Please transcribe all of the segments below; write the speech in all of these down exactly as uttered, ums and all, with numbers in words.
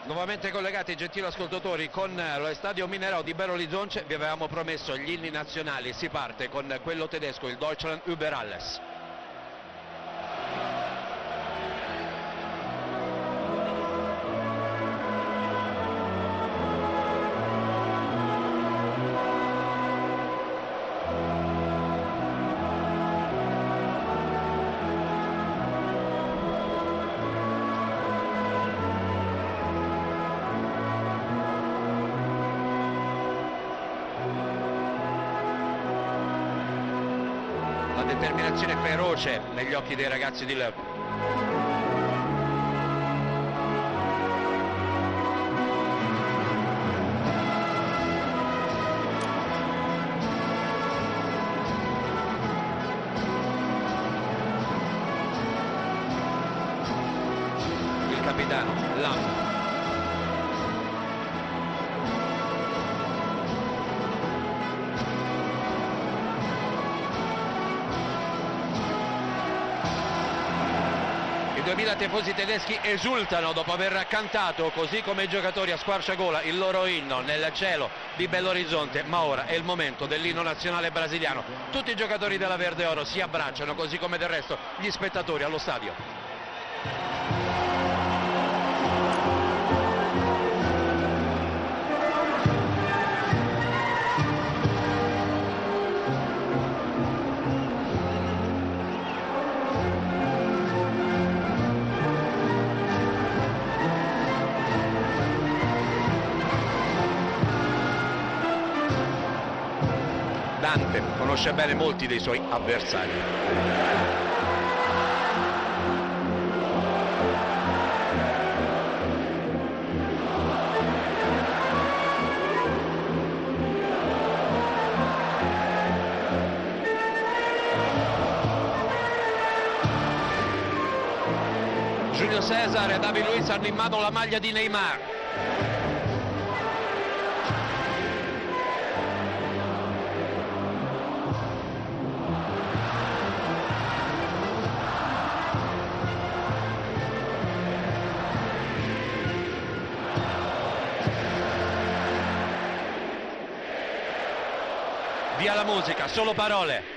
Nuovamente collegati, gentili ascoltatori, con lo Stadio Minerao di Belo Horizonte. Vi avevamo promesso gli inni nazionali. Si parte con quello tedesco, il Deutschland über alles. Determinazione feroce negli occhi dei ragazzi di Löw. Il capitano Lahm. duemila tifosi tedeschi esultano dopo aver cantato, così come i giocatori a squarciagola, il loro inno nel cielo di Belo Horizonte. Ma ora è il momento dell'inno nazionale brasiliano. Tutti i giocatori della Verde Oro si abbracciano, così come del resto gli spettatori allo stadio. Dante conosce bene molti dei suoi avversari. Julio César e David Luiz hanno in mano la maglia di Neymar. Via la musica, solo parole.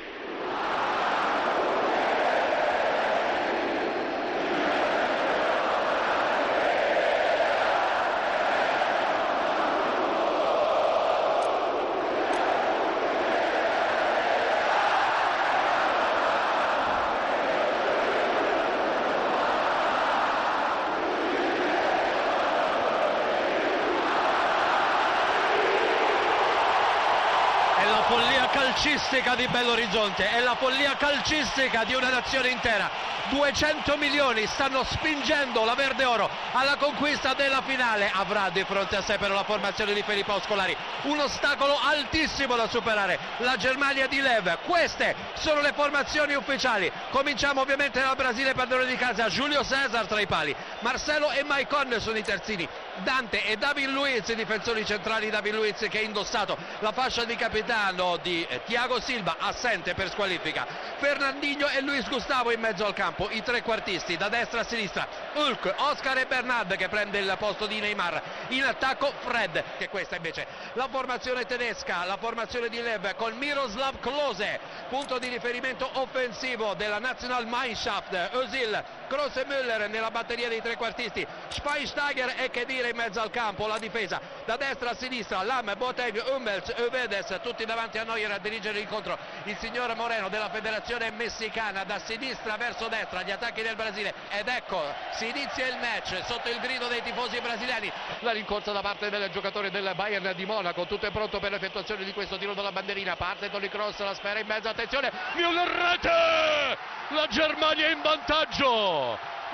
La follia calcistica di Belo Horizonte, è la follia calcistica di una nazione intera. duecento milioni stanno spingendo la Verde Oro alla conquista della finale. Avrà di fronte a sé però la formazione di Filippo Scolari un ostacolo altissimo da superare, la Germania di Löw. Queste sono le formazioni ufficiali. Cominciamo ovviamente dal Brasile, padrone di casa, Julio César tra i pali, Marcelo e Maicon sono i terzini, Dante e David Luiz i difensori centrali. David Luiz che ha indossato la fascia di capitano di eh, Thiago Silva, assente per squalifica. Fernandinho e Luis Gustavo in mezzo al campo, i trequartisti da destra a sinistra, Hulk, Oscar e Bernard che prende il posto di Neymar. In attacco Fred, che questa invece la formazione tedesca, la formazione di Löw con Miroslav Klose, punto di riferimento offensivo della Nationalmannschaft, Özil, Kroos e Müller nella batteria dei trequartisti, Schweinsteiger e che dire in mezzo al campo. La difesa da destra a sinistra, Lahm, Boateng, Hummels, Övedes, tutti davanti a Neuer a dirigere l'incontro il signor Moreno della federazione messicana. Da sinistra verso destra gli attacchi del Brasile, ed ecco si inizia il match sotto il grido dei tifosi brasiliani. La rincorsa da parte del giocatore del Bayern di Monaco, tutto è pronto per l'effettuazione di questo tiro dalla bandierina. Parte Toni Kroos, la sfera in mezzo, attenzione, Müller, rete! La Germania in vantaggio.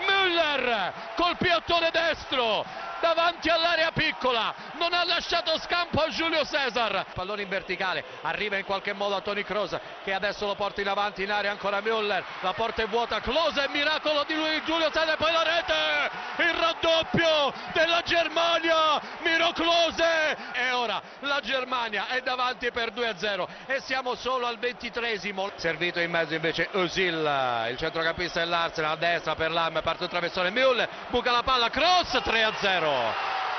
Müller col piattone destro davanti all'area piccola, non ha lasciato scampo a Julio César. Pallone in verticale, arriva in qualche modo a Toni Kroos che adesso lo porta in avanti in area, ancora Müller, la porta è vuota, Klose, miracolo di lui, Julio César, poi la rete, il raddoppio della Germania, Miro Klose, e ora la Germania è davanti per due a zero e siamo solo al ventitreesimo. Servito in mezzo invece Özil, il centrocampista dell'Arsenal, a destra per Lahm, parte il traversone, Müller, buca la palla, cross, tre a zero.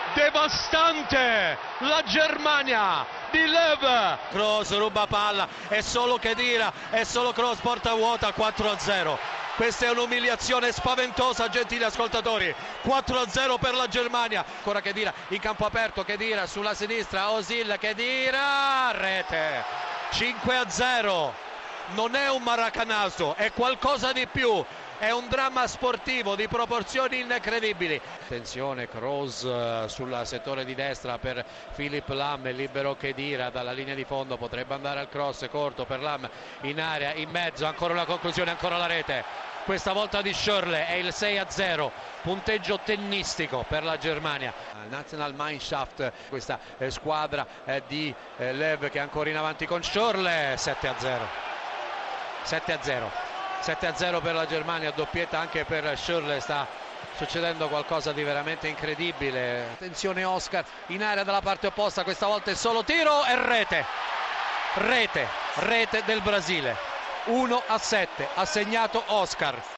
devastante la Germania di Löw. Kroos ruba palla, è solo Khedira, è solo Kroos, porta vuota, quattro a zero. Questa è un'umiliazione spaventosa, gentili ascoltatori. quattro a zero per la Germania. Ancora Khedira in campo aperto, Khedira sulla sinistra, Özil, Khedira, rete. cinque a zero. Non è un maracanazo, è qualcosa di più. È un dramma sportivo di proporzioni incredibili. Attenzione, Kroos sul settore di destra per Philipp Lahm, libero Khedira dalla linea di fondo, potrebbe andare al cross corto per Lahm in area, in mezzo, ancora una conclusione, ancora la rete. Questa volta di Schürrle, è il sei a zero, punteggio tennistico per la Germania. Nationalmannschaft, questa eh, squadra eh, di eh, Löw che è ancora in avanti con Schürrle, sette a zero. sette a zero. sette a zero per la Germania, doppietta anche per Schürrle, sta succedendo qualcosa di veramente incredibile. Attenzione Oscar in area dalla parte opposta, questa volta è solo tiro e rete. Rete, rete del Brasile. uno a sette, ha segnato Oscar.